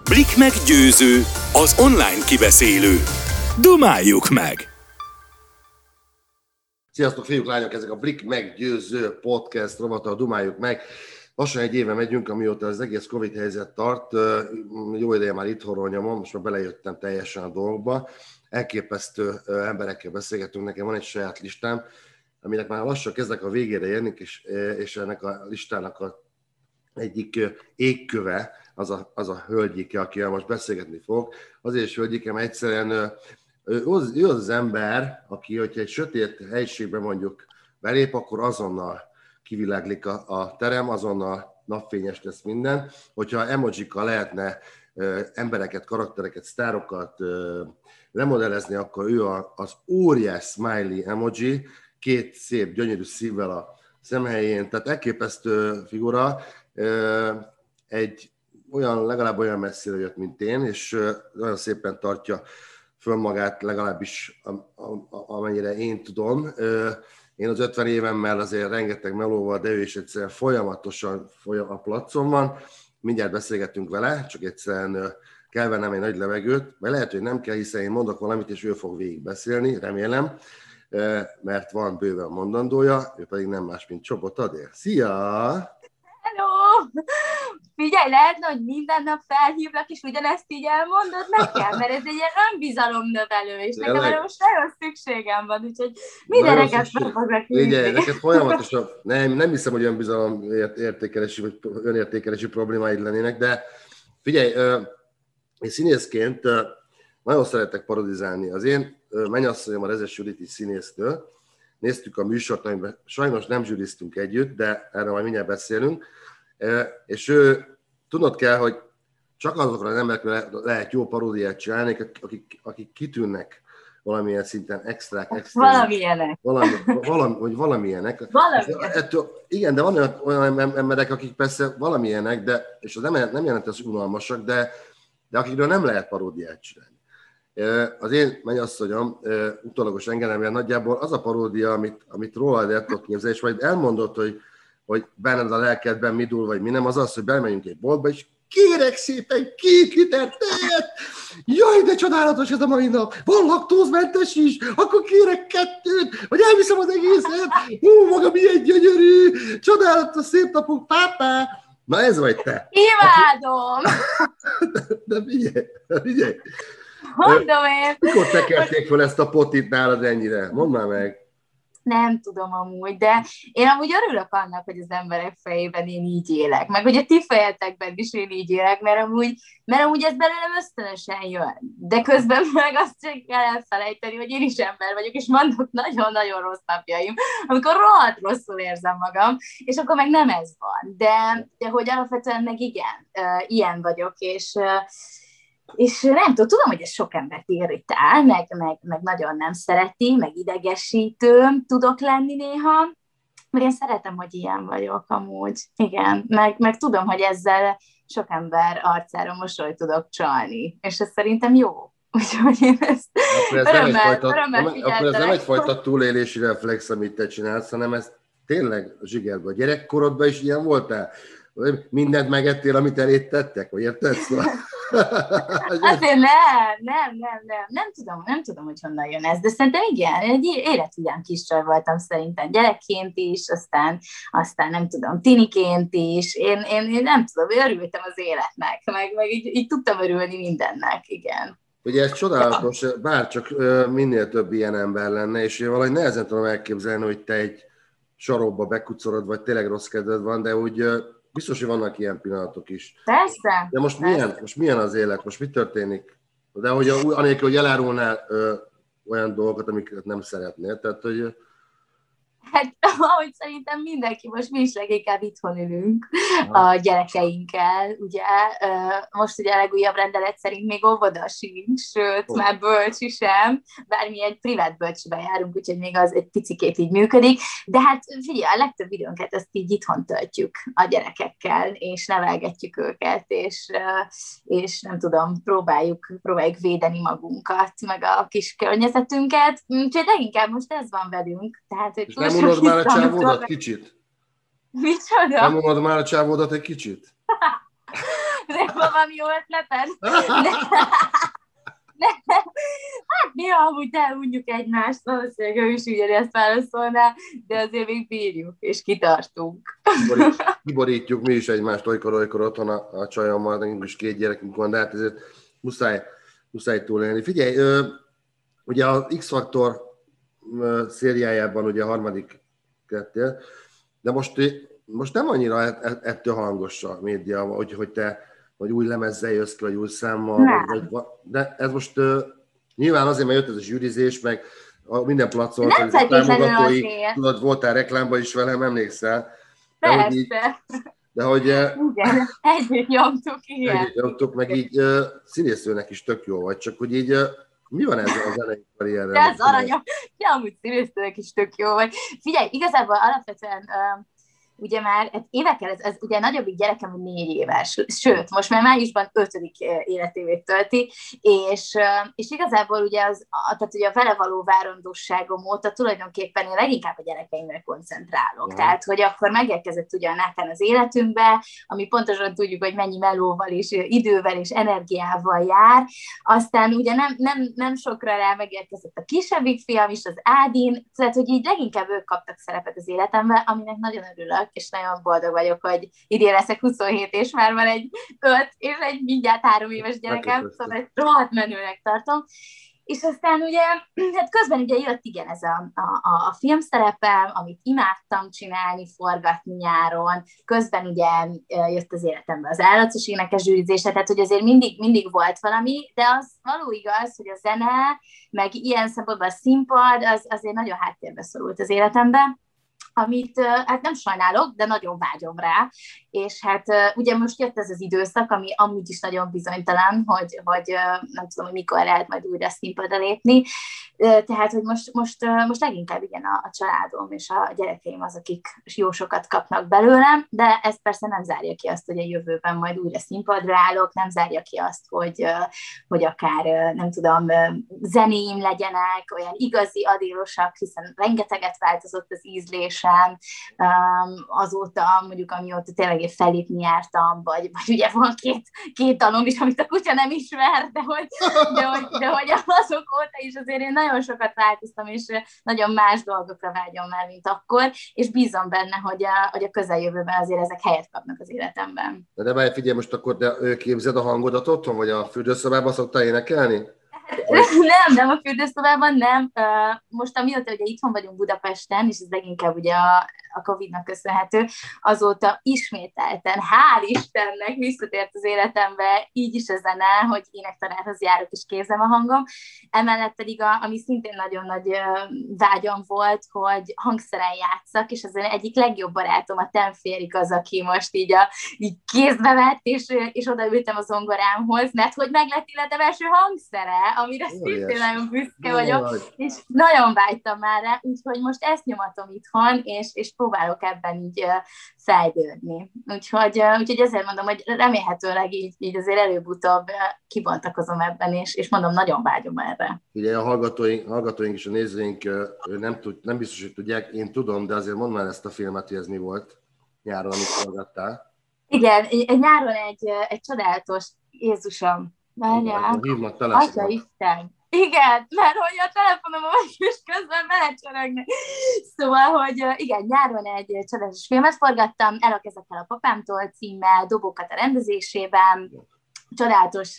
Blik meggyőző, az online kibeszélő. Dumáljuk meg! Sziasztok, fiúk, lányok! Ezek a Blik meggyőző podcast rovata, Dumáljuk meg. Lassan egy éve megyünk, amióta az egész Covid helyzet tart. Jó ideje már itthonról nyomom, most már belejöttem teljesen a dolgokba. Elképesztő emberekkel beszélgetünk, nekem van egy saját listám, aminek már lassan kezdek a végére érni, és ennek a listának a egyik égköve az a hölgyike, akivel most beszélgetni fogok. Azért is hölgyike, mert egyszerűen ő az ember, aki, hogyha egy sötét helyiségben mondjuk belép, akkor azonnal kiviláglik a terem, azonnal napfényes lesz minden. Hogyha emojikkal lehetne embereket, karaktereket, sztárokat lemodellezni, akkor ő az óriás smiley emoji, két szép, gyönyörű szívvel a szemhelyén, tehát elképesztő figura, legalább olyan messzire jött, mint én, és nagyon szépen tartja föl magát, legalábbis amennyire én tudom. Én az 50 évemmel azért rengeteg melóval, de ő is egyszerűen folyamatosan a placon van. Mindjárt beszélgetünk vele, csak egyszerűen kell vennem egy nagy levegőt, mert lehet, hogy nem kell, hiszen én mondok valamit, és ő fog végig beszélni, remélem, mert van bőven mondandója, ő pedig nem más, mint Csobot Adél. Szia! Hello! Figyelj, lehetne, hogy minden nap felhívlak, és ugyanezt így elmondod nekem, mert ez egy ilyen önbizalomnövelő, és nekem erre most nagyon szükségem van, úgyhogy minden reggelt meg foglak hívni. Figyelj, neked folyamatosan, nem hiszem, hogy önbizalom értékelési, vagy önértékelési problémáid lennének, de figyelj, én színészként nagyon szeretek parodizálni. Az én mennyasszonyom a Rezes Judit is színésztől, néztük a műsort, amiben sajnos nem zsűriztünk együtt, de erről majd mindjárt beszélünk, és tudnod kell, hogy csak azokra az emberekre lehet jó paródiát csinálni, akik kitűnnek valamilyen szinten extrák. Valamilyenek. Valamilyenek. Igen, de van olyan emberek, akik persze valamilyenek, és az nem jelenti, hogy unalmasak, de akikről nem lehet paródiát csinálni. Az én mennyasszonyom utólagos engedemben nagyjából az a paródia, amit rólad el tudok képzelni, és majd elmondod, hogy benned a lelkedben mi dúl, vagy mi nem, az az, hogy bemegyünk egy boltba, és kérek szépen 2 liter tejet! Jaj, de csodálatos ez a mai nap! Van laktózmentes is! Akkor kérek 2, vagy elviszem az egészet! Maga milyen gyönyörű! Csodálatos, szép napunk, pápá! Na ez vagy te! Imádom! De figyelj! Mondom én! Mikor tekerték fel ezt a potit nálad ennyire? Mondd már meg! Nem tudom amúgy, de én amúgy örülök annak, hogy az emberek fejében én így élek, meg hogy a ti fejetekben is én így élek, mert amúgy ez belőlem ösztönösen jön. De közben meg azt csak kell elfelejteni, hogy én is ember vagyok, és mondok nagyon-nagyon rossz napjaim, amikor rohadt rosszul érzem magam, és akkor meg nem ez van. De hogy alapvetően meg igen, ilyen vagyok, és nem tudom, hogy ez sok embert irritál, meg nagyon nem szereti, meg idegesítő tudok lenni néha, mert én szeretem, hogy ilyen vagyok amúgy. Igen, meg tudom, hogy ezzel sok ember arcára mosolyt tudok csalni, és ez szerintem jó. Úgyhogy én ezt örömmel figyeltem. Akkor ez nem egyfajta túlélési reflex, amit te csinálsz, hanem ez tényleg zsigerben. Gyerekkorodban is ilyen voltál? Mindent megettél, amit elét tettek, vagy érted? Azért nem tudom, hogy honnan jön ez, de szerintem igen, egy életvidám kiscsaj voltam szerintem gyerekként is, aztán nem tudom, tiniként is, én nem tudom, örültem az életnek, meg így tudtam örülni mindennek, igen. Ugye ez csodálatos, bárcsak minél több ilyen ember lenne, és én valahogy nehezen tudom elképzelni, hogy te egy sarokba bekucorod, vagy tényleg rossz kedved van, de úgy biztos, hogy vannak ilyen pillanatok is. Persze. De most milyen az élet? Most mi történik? De hogy anélkül, hogy elárulnál olyan dolgokat, amiket nem szeretnél. Tehát, hogy... Hát, ahogy szerintem mindenki, most mi is leginkább itthon ülünk a gyerekeinkkel, ugye. Most ugye a legújabb rendelet szerint még óvoda sincs, sőt, már bölcsi sem, bármilyen privát bölcsibe járunk, úgyhogy még az egy picikét így működik, de hát figyelj, a legtöbb időnket ezt így itthon töltjük a gyerekekkel, és nevelgetjük őket, és nem tudom, próbáljuk védeni magunkat, meg a kis környezetünket, úgyhogy leginkább most ez van velünk, tehát, hogy nem unod már a csávódat kicsit? Micsoda? Nem unod már a csávódat egy kicsit? valami jó ötleted? Hát néha amúgy elunjuk egymást, valószínűleg ő is ugyanezt válaszolná, de azért még bírjuk, és kitartunk. Kiborítjuk mi is egymást olykor otthon a csajommal, nekünk is 2 gyerekünk van, de hát ezért muszáj túlélni. Figyelj, ugye az X-Factor szériájában ugye a 3. kettél, de most nem annyira ettől hangos a média, hogy te vagy új lemezzel jössz ki, vagy új számmal, de ez most nyilván azért, mert jött ez a zsűrizés, meg minden placon, hogy a támogatói, tudod, voltál reklámban is velem, emlékszel? Persze. De hogy... Igen, együtt nyomtuk, igen. Együtt nyomtuk, meg így színészőnek is tök jó vagy, csak hogy így mi van ez a zenei karrierrel? De ez aranyom, ja, amúgy színészőnek is tök jó vagy. Figyelj, igazából alapvetően ugye már évekkel, ez ugye nagyobbik gyerekem 4 éves, sőt, most már májusban 5. életévét tölti, és igazából ugye tehát ugye a vele való várandóságom óta tulajdonképpen én leginkább a gyerekeimre koncentrálok. Tehát, hogy akkor megérkezett ugye a Nathan az életünkbe, ami pontosan tudjuk, hogy mennyi melóval és idővel és energiával jár. Aztán ugye nem sokra rá megérkezett a kisebbik fiam is, az Ádin, tehát, hogy így leginkább ők kaptak szerepet az életemben, aminek nagyon örülök, és nagyon boldog vagyok, hogy idén leszek 27, és már van egy 5, és egy mindjárt 3 éves gyerekem, szóval egy rohadt menőnek tartom. És aztán ugye, hát közben ugye jött igen ez a filmszerepem, amit imádtam csinálni, forgatni nyáron, közben ugye jött az életembe az Állatos Énekes zsűrizése, tehát hogy azért mindig volt valami, de az való igaz, hogy a zene, meg ilyen szempontból a színpad, az azért nagyon háttérbe szorult az életemben, amit hát nem sajnálok, de nagyon vágyom rá, és hát ugye most jött ez az időszak, ami amúgy is nagyon bizonytalan, hogy nem tudom, hogy mikor lehet majd újra színpadra lépni, tehát, hogy most leginkább igen a családom és a gyerekeim az, akik jó sokat kapnak belőlem, de ez persze nem zárja ki azt, hogy a jövőben majd újra színpadra állok, nem zárja ki azt, hogy akár, nem tudom, zenéim legyenek, olyan igazi adélosak, hiszen rengeteget változott az ízlésem, azóta, mondjuk amióta tényleg én fellépni jártam, vagy ugye van két dalom is, amit a kutya nem ismer, de hogy azok óta is azért én nagyon sokat változtam, és nagyon más dolgokra vágyom már, mint akkor, és bízom benne, hogy a közeljövőben azért ezek helyet kapnak az életemben. De várj, figyelj, most akkor te képzed a hangodat otthon, vagy a fürdőszobában szoktál énekelni? Nem, a fürdőszobában nem. Most amióta ugye itthon vagyunk Budapesten, és ez leginkább ugye a Covid-nak köszönhető, azóta ismételten, hál' Istennek visszatért az életembe így is a zene, hogy énektanárhoz járok és képzem a hangom. Emellett pedig, ami szintén nagyon nagy vágyam volt, hogy hangszeren játszak, és az egyik legjobb barátom, a Tenférik az, aki most így kézbe vett, és odaültem a zongorámhoz, mert hogy meg lett életem első hangszere, amire szintén nagyon büszke vagyok, és nagyon vágytam már rá, úgyhogy most ezt nyomatom itthon, és próbálok ebben így fejlődni. Úgyhogy ezért mondom, hogy remélhetőleg így azért előbb-utóbb kibontakozom ebben, és mondom, nagyon vágyom erre. Ugye a hallgatóink és a nézőink nem biztos, hogy tudják, én tudom, de azért mondd már ezt a filmet, hogy ez mi volt nyáron, amit hallgattál. Igen, nyáron egy csodálatos, Jézusom, várjál, Atya Isten. Igen, mert hogy a telefonom vagy is közben belecsörögnek. Szóval, hogy igen, nyáron egy csodálatos filmet forgattam, Elok a papámtól címmel, Dobókat a rendezésében, csodálatos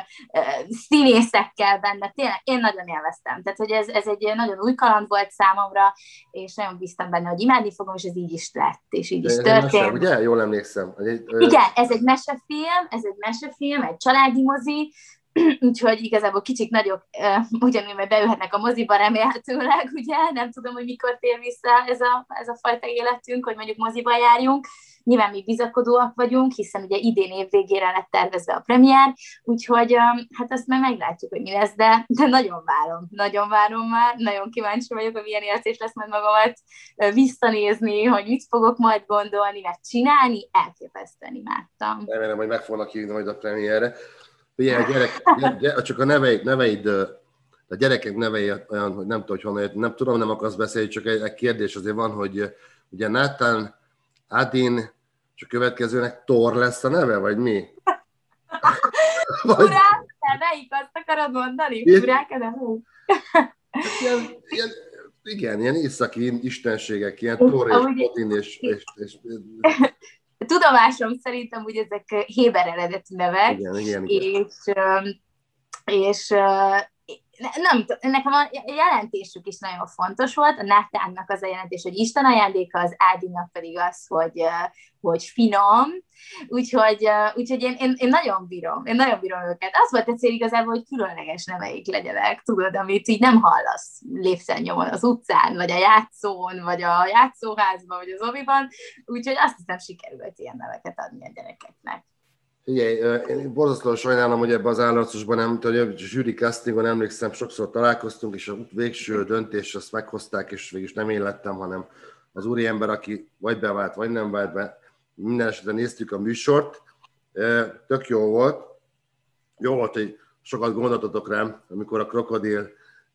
színészekkel benne, tényleg én nagyon élveztem. Tehát, hogy ez egy nagyon új kaland volt számomra, és nagyon bíztam benne, hogy imádni fogom, és ez így is lett, és így is történt. Mese, ugye? Jól emlékszem. Igen, ez egy mesefilm, egy családi mozi, úgyhogy igazából kicsik nagyok ugyanúgy majd beülhetnek a moziba remélhetőleg, ugye, nem tudom, hogy mikor tér vissza ez a fajta életünk, hogy mondjuk moziba járjunk. Nyilván mi bizakodóak vagyunk, hiszen ugye idén év végére lett tervezve a premier, úgyhogy hát azt már meglátjuk, hogy mi lesz, de nagyon várom már, nagyon kíváncsi vagyok, hogy milyen érzés lesz majd magamat visszanézni, hogy mit fogok majd gondolni, mert csinálni elképesztően imádtam. Remélem, hogy meg fognak hívni majd a premierre. Ugye, csak a neveid, a gyerekek nevei olyan, hogy nem tudom, hogy honnan jött, nem tudom, nem akarsz beszélni, csak egy kérdés azért van, hogy ugye Nathan, Adin, és a következőnek Thor lesz a neve, vagy mi? Urákadel, melyik azt akarod mondani? Urákadel? Igen, ilyen északi istenségek, ilyen Thor és Odin és tudomásom szerintem úgy ezek héber eredetű nevek, igen. És nem, nekem a jelentésük is nagyon fontos volt, a Nátánnak az a jelentés, hogy Isten ajándéka, az Ádinnak pedig az, hogy finom, úgyhogy én nagyon bírom őket. Az volt a cél igazából, hogy különleges neveik legyenek, tudod, amit így nem hallasz lépcsőnyomon az utcán, vagy a játszón, vagy a játszóházban, vagy az oviban, úgyhogy azt hiszem sikerült ilyen neveket adni a gyerekeknek. Figyelj, én borzasztóan sajnálom, hogy ebben az állarcosban nem, hogy a zsűri castingon emlékszem, sokszor találkoztunk, és a végső döntés azt meghozták, és végülis nem én lettem, hanem az úriember, aki vagy bevált, vagy nem vált be. Minden esetben néztük a műsort, tök jó volt. Jó volt, hogy sokat gondoltatok rám, amikor a krokodil,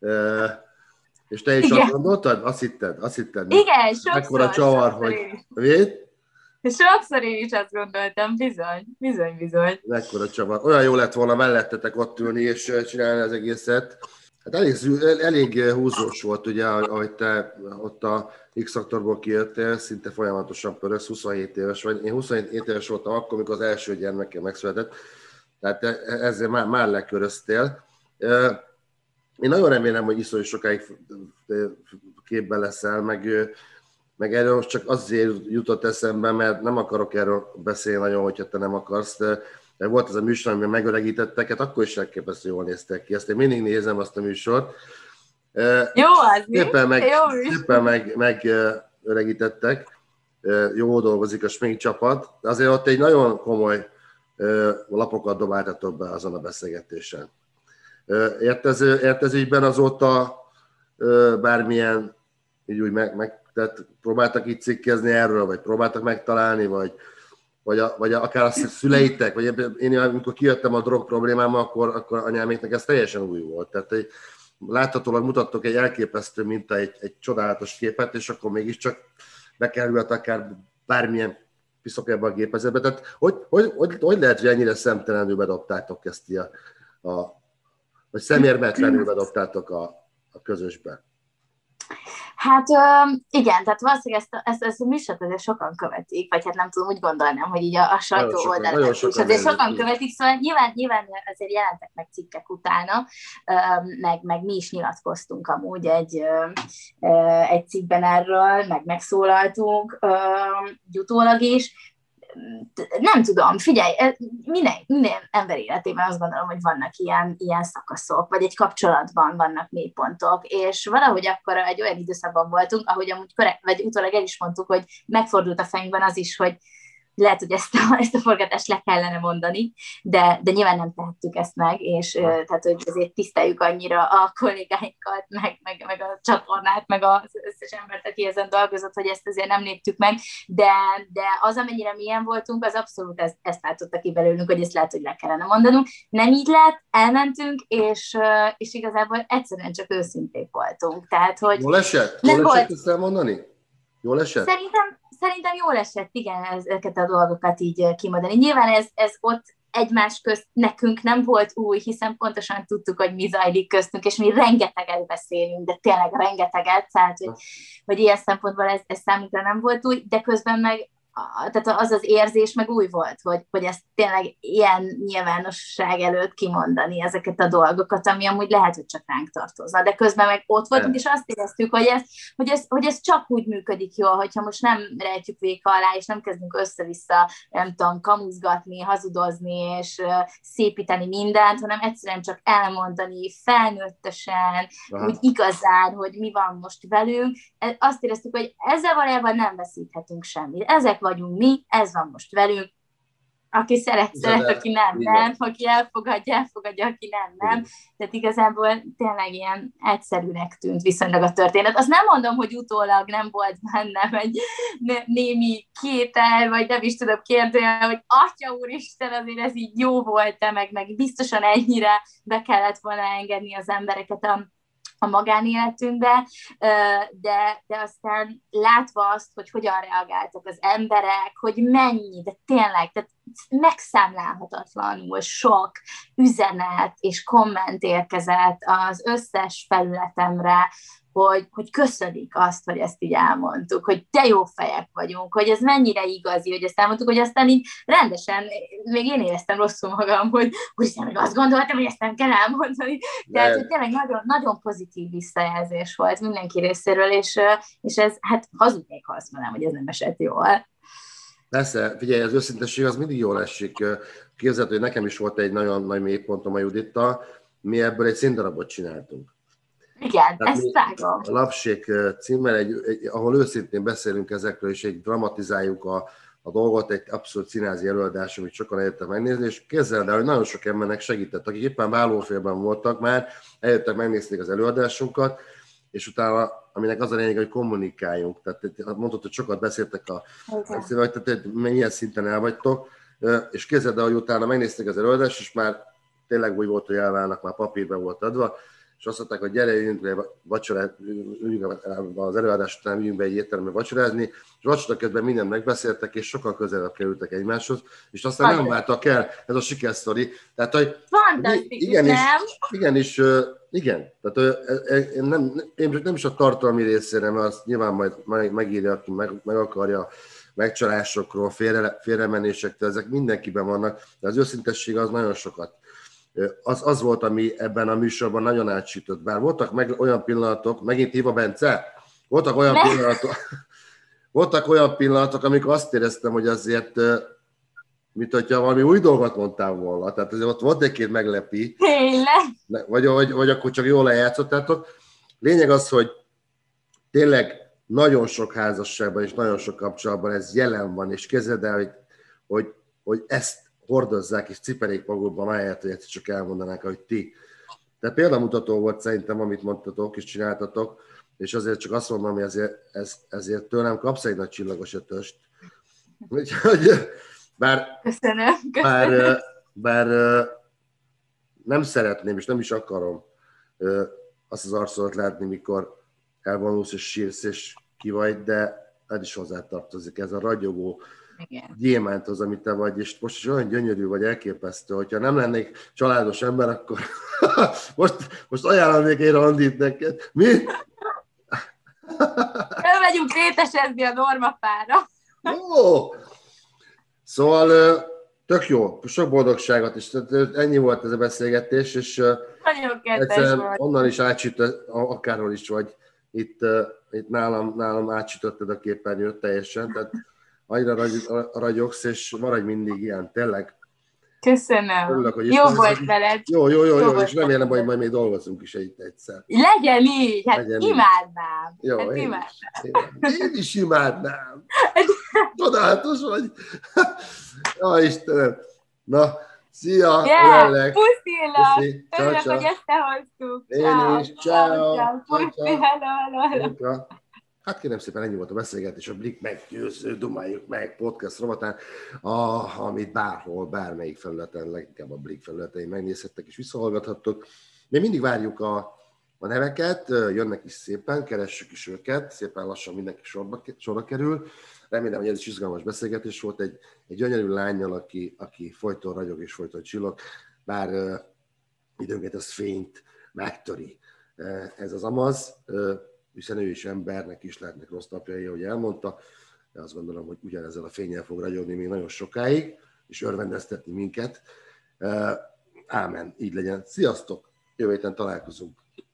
és te is igen. Azt gondoltad? Azt hitted? Igen, sokszor. Mekkora csavar, hogy... Véd? Sokszor én is azt gondoltam, bizony. Mekkora csavar. Olyan jó lett volna mellettetek ott ülni és csinálni az egészet. Hát elég húzós volt, ugye, ahogy te ott a X-faktorból kijöttél, szinte folyamatosan pöröksz, 27 éves vagy. Én 27 éves voltam akkor, amikor az első gyermekem megszületett. Tehát ezzel már leköröztél. Én nagyon remélem, hogy iszonyú sokáig képben leszel, meg erről most csak azért jutott eszembe, mert nem akarok erről beszélni nagyon, hogyha te nem akarsz. De volt ez a műsor, amiben megöregítettek, hát akkor is elképesztő jól néztek ki. Ezt én mindig nézem azt a műsort. Jó az, szépen megöregítettek. Jó dolgozik a smink csapat. De azért ott egy nagyon komoly lapokat dobáltatok be azon a beszélgetésen. Értezésben azóta bármilyen így úgy tehát próbáltak így cikkezni erről, vagy próbáltak megtalálni, vagy akár a szüleitek, vagy én amikor kijöttem a drog problémámmal, akkor anyáméknek ez teljesen új volt. Tehát láthatólag mutattok egy elképesztő minta, egy csodálatos képet, és akkor mégiscsak bekerült akár bármilyen piszok ebbe a gépezetbe. Tehát hogy lehet, hogy ennyire szemtelenül bedobtátok ezt vagy szemérmetlenül bedobtátok a közösbe? Hát igen, tehát valószínűleg ezt a műsort azért sokan követik, vagy hát nem tudom, úgy gondolnám, hogy így a sajtó oldalon is azért sokan követik, szóval nyilván azért jelentek meg cikkek utána, meg mi is nyilatkoztunk amúgy egy cikkben erről, meg megszólaltunk utólag is. Nem tudom, figyelj, minden ember életében azt gondolom, hogy vannak ilyen szakaszok, vagy egy kapcsolatban vannak mélypontok, és valahogy akkor egy olyan időszakban voltunk, ahogy amúgy vagy utólag el is mondtuk, hogy megfordult a fejünkben az is, hogy lehet, hogy ezt a forgatást le kellene mondani, de nyilván nem tehettük ezt meg, és tehát, hogy azért tiszteljük annyira a kollégáinkat, meg a csatornát, meg az összes embert, aki ezen dolgozott, hogy ezt azért nem léptük meg, de az, amennyire milyen voltunk, az abszolút ezt látotta ki belőlünk, hogy ezt lehet, hogy le kellene mondanunk. Nem így lett, elmentünk, és igazából egyszerűen csak őszinték voltunk. Tehát, hogy jól esett? Jól esett ezt elmondani? Jól esett? Szerintem jól esett, igen, ezeket a dolgokat így kimondani. Nyilván ez ott egymás közt nekünk nem volt új, hiszen pontosan tudtuk, hogy mi zajlik köztünk, és mi rengeteget beszélünk, de tényleg rengeteget, tehát hogy ilyen szempontból ez számunkra nem volt új, de közben meg tehát az érzés meg új volt, hogy ezt tényleg ilyen nyilvánosság előtt kimondani ezeket a dolgokat, ami amúgy lehet, hogy csak ránk tartozna, de közben meg ott voltunk, és azt éreztük, hogy ez csak úgy működik jól, hogyha most nem rejtjük véka alá, és nem kezdünk össze-vissza, nem tudom, kamuzgatni, hazudozni, és szépíteni mindent, hanem egyszerűen csak elmondani felnőttesen, úgy igazán, hogy mi van most velünk. Azt éreztük, hogy ezzel valójában nem veszíthetünk semmit. Ezek vagyunk mi, ez van most velünk, aki szeret, aki nem, aki elfogadja, aki nem. Tehát igazából tényleg ilyen egyszerűnek tűnt viszonylag a történet. Azt nem mondom, hogy utólag nem volt bennem egy némi kétel, vagy nem is tudom kérdőjel, hogy Atya Úristen, azért ez így jó volt-e, meg biztosan ennyire be kellett volna engedni az embereket a magánéletünkbe, de aztán látva azt, hogy hogyan reagáltak az emberek, hogy mennyi, de tényleg, tehát megszámlálhatatlanul sok üzenet és komment érkezett az összes felületemre, hogy köszönik azt, hogy ezt így elmondtuk, hogy de jó fejek vagyunk, hogy ez mennyire igazi, hogy ezt elmondtuk, hogy aztán így rendesen, még én éreztem rosszul magam, hogy meg azt gondoltam, hogy ezt nem kell elmondani. Tehát, hogy tényleg nagyon, nagyon pozitív visszajelzés volt mindenki részéről, és ez, hát hazudnék, ha azt mondanám, hogy ez nem esett jól. Persze, figyelj, az őszintesség az mindig jól esik. Képzeld, hogy nekem is volt egy nagyon nagy mélypontom a Judittal, mi ebből egy színdarabot csináltunk. Igen, ezt vágom. A Lapsék címmel, ahol őszintén beszélünk ezekről, és egy dramatizáljuk a dolgot, egy abszolút színházi előadás, amit sokan eljöttek megnézni, és képzeld el, hogy nagyon sok embernek segített, akik éppen vállófélben voltak már, eljöttek megnézték az előadásunkat, és utána, aminek az a lényeg, hogy kommunikáljunk. Tehát mondtad, hogy sokat beszéltek tehát milyen szinten el vagytok, és képzeld el, hogy utána megnézték az előadást, és már tényleg úgy volt, hogy elválnak, már papírban volt adva, és azt mondták, hogy gyere, üljünk az előadás után üljünk be egy étterembe vacsorázni, és vacsora közben mindent megbeszéltek, és sokkal közelebb kerültek egymáshoz, és aztán nem váltak el, ez a sikersztori. Tehát, hogy igen. Tehát én nem is a tartalmi részére, mert azt nyilván majd megírja, aki meg akarja, megcsalásokról, félremenésektől, ezek mindenkiben vannak, de az őszintesség az nagyon sokat. Az volt, ami ebben a műsorban nagyon átsütött. Bár voltak meg olyan pillanatok, megint hív a Bence? Voltak olyan pillanatok, amikor azt éreztem, hogy azért, mint hogyha valami új dolgot mondtál volna. Tehát azért ott volt egy-két meglepi. Tényleg? Vagy akkor csak jól lejátszottátok. Lényeg az, hogy tényleg nagyon sok házasságban és nagyon sok kapcsolatban ez jelen van, és kezded el, hogy ezt hordozzák és ciperék magukban, ahelyett, hogy egyszer csak elmondanák, hogy ti. De példamutató volt szerintem, amit mondtatok és csináltatok, és azért csak azt mondom, hogy ezért tőlem kapsz egy nagy csillagos ötöst. Úgyhogy, bár nem szeretném, és nem is akarom azt az arcodat látni, mikor elvonulsz és sírsz, és ki vagy, de ez is hozzátartozik, ez a ragyogó gyémánthoz, amit te vagy, és most is olyan gyönyörű vagy, elképesztő, hogyha nem lennék családos ember, akkor most ajánlanék egy randit neked. Mi? Elmegyünk rétesezni a normapára. Jó! Szóval tök jó, sok boldogságot, és ennyi volt ez a beszélgetés, és nagyon egyszerűen onnan is átsütött, akárhol is vagy, itt nálam átsütötted a képernyőt teljesen, tehát annyira ragyogsz, és maradj mindig ilyen, tényleg. Köszönöm. Örülök, hogy jó volt veled. Jó, és remélem, hogy majd még dolgozunk is egyszer. Legyen így, hát legyen imádnám. Jó, hát én is imádnám. Csodálatos vagy. Jó, Istenem. Na, szia, yeah, puszillak. Örülök, hogy összehoztuk. Én is, ciao. Puszi, hello. Hát kérem szépen, ennyi volt a beszélgetés a Blik meggyőző, dumáljuk meg podcast rovatán, amit bárhol, bármelyik felületen, leginkább a Blik felületein megnézhettek és visszahallgathattok. Még mindig várjuk a neveket, jönnek is szépen, keressük is őket, szépen lassan mindenki sorra kerül. Remélem, hogy ez is izgalmas beszélgetés volt egy gyönyörű lánnyal, aki folyton ragyog és folyton csillog, bár időnként ez fényt megtöri. Ez az amaz, hiszen ő is embernek is lehetnek rossz napjai, ahogy elmondta, de azt gondolom, hogy ugyanezzel a fénnyel fog ragyogni még nagyon sokáig, és örvendeztetni minket. Ámen, így legyen. Sziasztok! Jövő héten találkozunk.